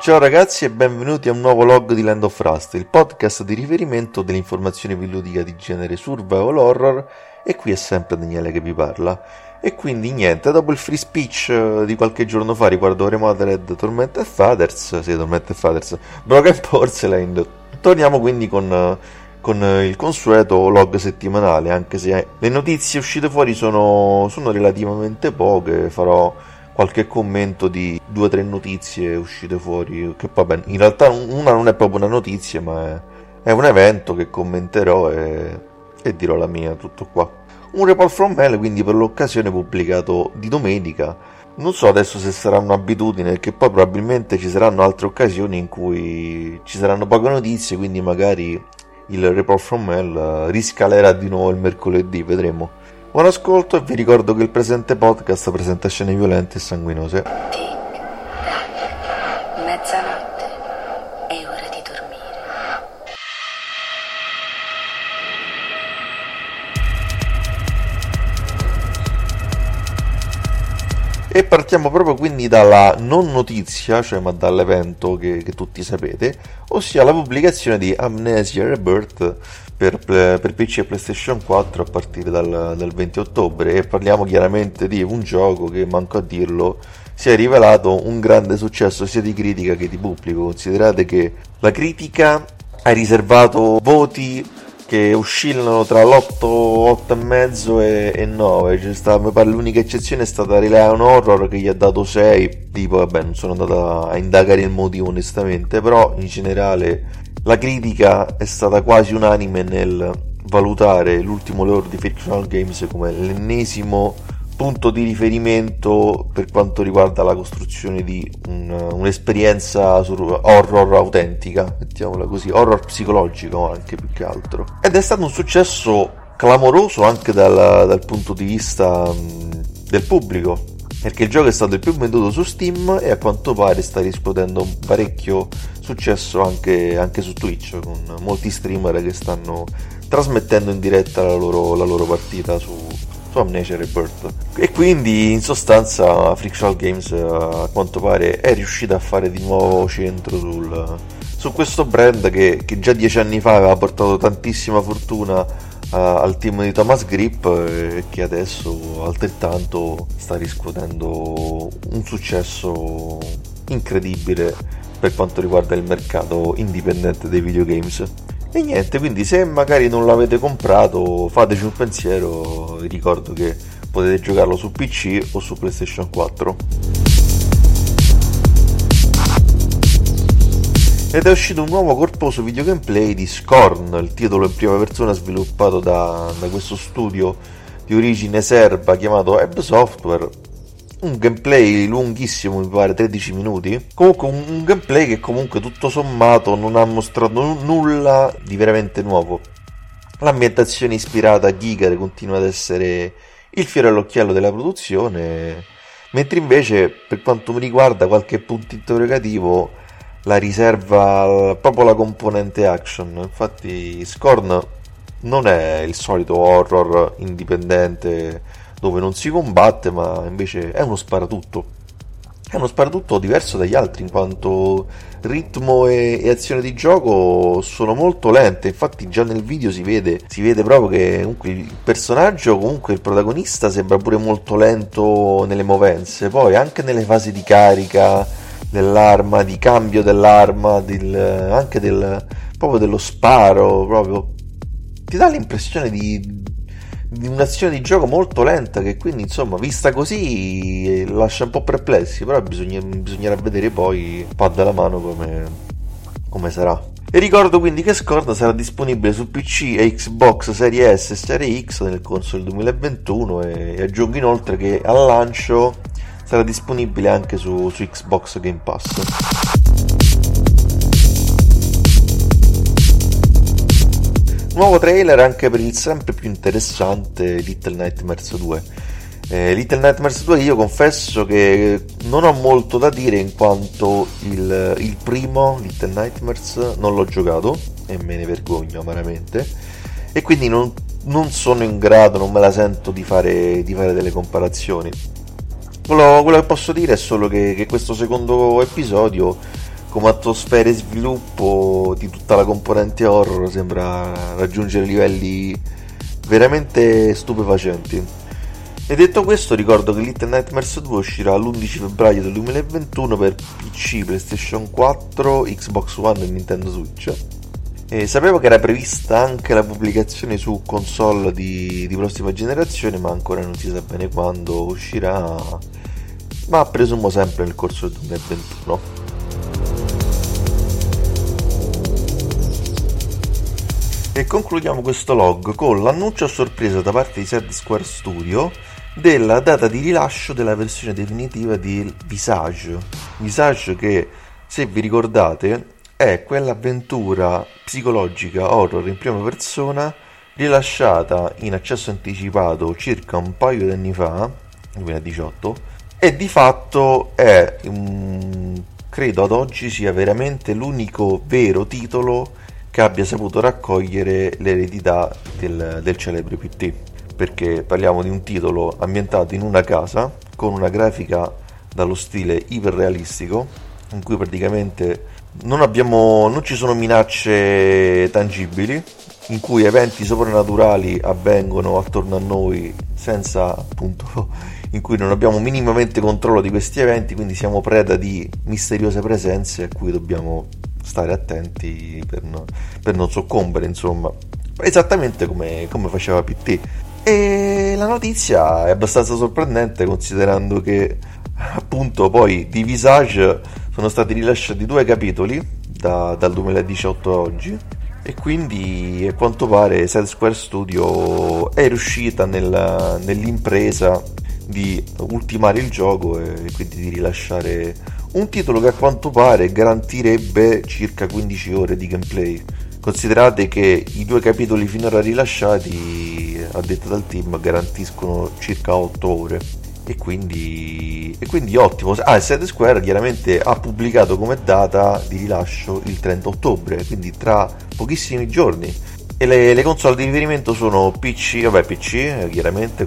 Ciao ragazzi e benvenuti a un nuovo log di Land of Rust, il podcast di riferimento dell'informazione videoludica di genere survival horror, e qui è sempre Daniele che vi parla. E quindi niente, dopo il free speech di qualche giorno fa riguardo Remothered Tormented Fathers, Broken Porcelain, torniamo quindi con il consueto log settimanale, anche se le notizie uscite fuori sono relativamente poche. Farò qualche commento di 2 o 3 notizie uscite fuori, che vabbè, in realtà una non è proprio una notizia, ma è un evento che commenterò e dirò la mia, tutto qua. Un report from hell, quindi, per l'occasione pubblicato di domenica. Non so adesso se sarà un'abitudine, che poi probabilmente ci saranno altre occasioni in cui ci saranno poche notizie, quindi magari il report from hell riscalerà di nuovo il mercoledì, vedremo. Buon ascolto e vi ricordo che il presente podcast presenta scene violente e sanguinose. Mezzanotte, è ora di dormire. E partiamo proprio quindi dalla non notizia, cioè ma dall'evento che tutti sapete, ossia la pubblicazione di Amnesia Rebirth per PC e PlayStation 4 a partire dal 20 ottobre, e parliamo chiaramente di un gioco che, manco a dirlo, si è rivelato un grande successo sia di critica che di pubblico. Considerate che la critica ha riservato voti che oscillano tra l'8, 8,5 e 9. Mi pare l'unica eccezione è stata Rely on Horror, che gli ha dato 6, tipo, vabbè, non sono andato a indagare il motivo onestamente, però in generale la critica è stata quasi unanime nel valutare l'ultimo lore di Frictional Games come l'ennesimo punto di riferimento per quanto riguarda la costruzione di un'esperienza horror autentica, mettiamola così, horror psicologico anche più che altro. Ed è stato un successo clamoroso anche dal punto di vista del pubblico, perché il gioco è stato il più venduto su Steam e a quanto pare sta riscuotendo un parecchio successo anche su Twitch, con molti streamer che stanno trasmettendo in diretta la loro partita su Amnesia Rebirth. E quindi in sostanza Frictional Games a quanto pare è riuscita a fare di nuovo centro su questo brand che già 10 anni fa aveva portato tantissima fortuna al team di Thomas Grip, e che adesso altrettanto sta riscuotendo un successo incredibile per quanto riguarda il mercato indipendente dei videogames. E niente, quindi se magari non l'avete comprato, fateci un pensiero. Vi ricordo che potete giocarlo su PC o su PlayStation 4. Ed è uscito un nuovo corposo video gameplay di Scorn, il titolo in prima persona sviluppato da questo studio di origine serba chiamato Ebb Software. Un gameplay lunghissimo, mi pare 13 minuti. Comunque un gameplay che comunque tutto sommato non ha mostrato nulla di veramente nuovo. L'ambientazione ispirata a Giger continua ad essere il fiore all'occhiello della produzione, mentre invece per quanto mi riguarda qualche punto interrogativo la riserva proprio la componente action. Infatti Scorn non è il solito horror indipendente dove non si combatte, ma invece è uno sparatutto. È uno sparatutto diverso dagli altri, in quanto ritmo e azione di gioco sono molto lente. Infatti già nel video si vede proprio che comunque il personaggio, comunque il protagonista, sembra pure molto lento nelle movenze. Poi anche nelle fasi di carica dell'arma, di cambio dell'arma, anche proprio dello sparo, proprio ti dà l'impressione di un'azione di gioco molto lenta, che quindi insomma vista così lascia un po' perplessi, però bisognerà vedere poi pad alla mano come sarà. E ricordo quindi che Scorn sarà disponibile su PC e Xbox Series S e Series X nel corso del 2021, e aggiungo inoltre che al lancio sarà disponibile anche su Xbox Game Pass. Nuovo trailer anche per il sempre più interessante Little Nightmares 2. Little Nightmares 2 io confesso che non ho molto da dire, in quanto il primo Little Nightmares non l'ho giocato e me ne vergogno amaramente, e quindi non sono in grado, non me la sento di fare delle comparazioni. Quello che posso dire è solo che questo secondo episodio come atmosfera e sviluppo di tutta la componente horror sembra raggiungere livelli veramente stupefacenti. E detto questo, ricordo che Little Nightmares 2 uscirà l'11 febbraio del 2021 per PC, PlayStation 4, Xbox One e Nintendo Switch. E sapevo che era prevista anche la pubblicazione su console di prossima generazione, ma ancora non si sa bene quando uscirà, ma presumo sempre nel corso del 2021. E concludiamo questo log con l'annuncio a sorpresa da parte di Sad Square Studio della data di rilascio della versione definitiva di Visage. Visage che, se vi ricordate, è quell'avventura psicologica horror in prima persona rilasciata in accesso anticipato circa un paio di anni fa, 2018, e di fatto è, credo ad oggi sia veramente l'unico vero titolo che abbia saputo raccogliere l'eredità del celebre PT, perché parliamo di un titolo ambientato in una casa con una grafica dallo stile iperrealistico, in cui praticamente non ci sono minacce tangibili, in cui eventi soprannaturali avvengono attorno a noi senza, appunto, in cui non abbiamo minimamente controllo di questi eventi, quindi siamo preda di misteriose presenze a cui dobbiamo stare attenti per non soccombere, insomma, esattamente come faceva PT. E la notizia è abbastanza sorprendente, considerando che appunto poi di Visage sono stati rilasciati 2 capitoli dal 2018 a oggi, e quindi a quanto pare Sad Square Studio è riuscita nell'impresa di ultimare il gioco e quindi di rilasciare un titolo che a quanto pare garantirebbe circa 15 ore di gameplay. Considerate che i 2 capitoli finora rilasciati, a detta dal team, garantiscono circa 8 ore. E quindi ottimo. Sad Square chiaramente ha pubblicato come data di rilascio il 30 ottobre, quindi tra pochissimi giorni. E le console di riferimento sono PC, chiaramente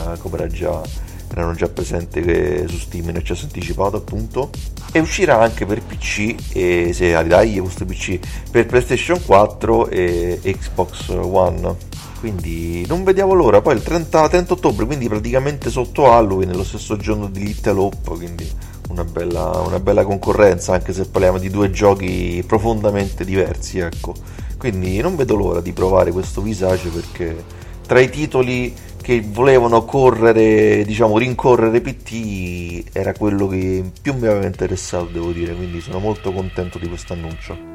erano già presenti su Steam in accesso anticipato, appunto, e uscirà anche per PC, e se hai questo PC, per PlayStation 4 e Xbox One. Quindi non vediamo l'ora. Poi il 30 ottobre, quindi praticamente sotto Halloween, nello stesso giorno di Little Hope, quindi una bella concorrenza, anche se parliamo di 2 giochi profondamente diversi, ecco. Quindi non vedo l'ora di provare questo Visage, perché tra i titoli che volevano rincorrere PT era quello che più mi aveva interessato, devo dire, quindi sono molto contento di questo annuncio.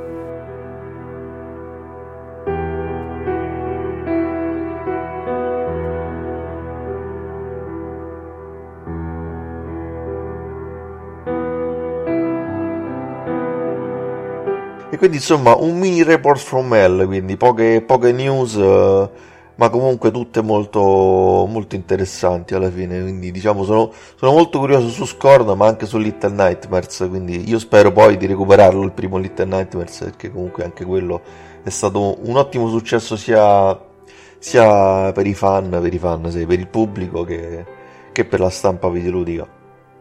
E quindi insomma un mini report from hell, quindi poche news, ma comunque tutte molto, molto interessanti alla fine. Quindi diciamo sono molto curioso su Scorn, ma anche su Little Nightmares, quindi io spero poi di recuperarlo il primo Little Nightmares, perché comunque anche quello è stato un ottimo successo sia per i fan, per il pubblico che per la stampa videoludica.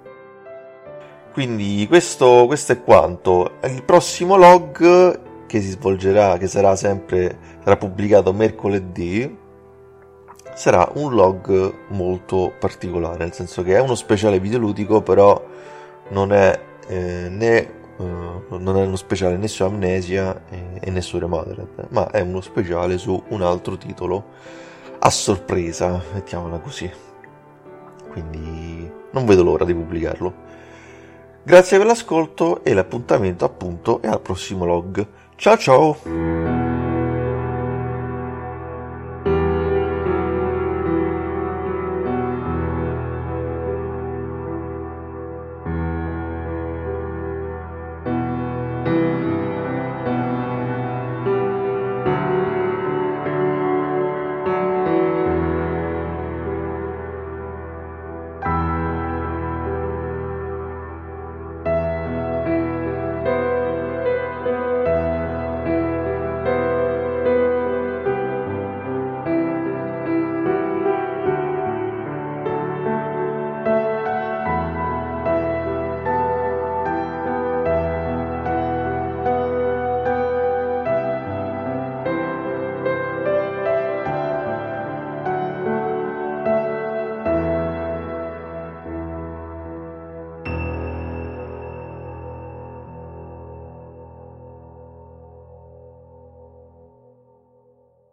Quindi questo è quanto. Il prossimo log che sarà pubblicato mercoledì, sarà un log molto particolare, nel senso che è uno speciale videoludico, però non è uno speciale né su Amnesia e né su Remothered, ma è uno speciale su un altro titolo a sorpresa, mettiamola così. Quindi non vedo l'ora di pubblicarlo. Grazie per l'ascolto e l'appuntamento appunto è al prossimo log. Ciao ciao!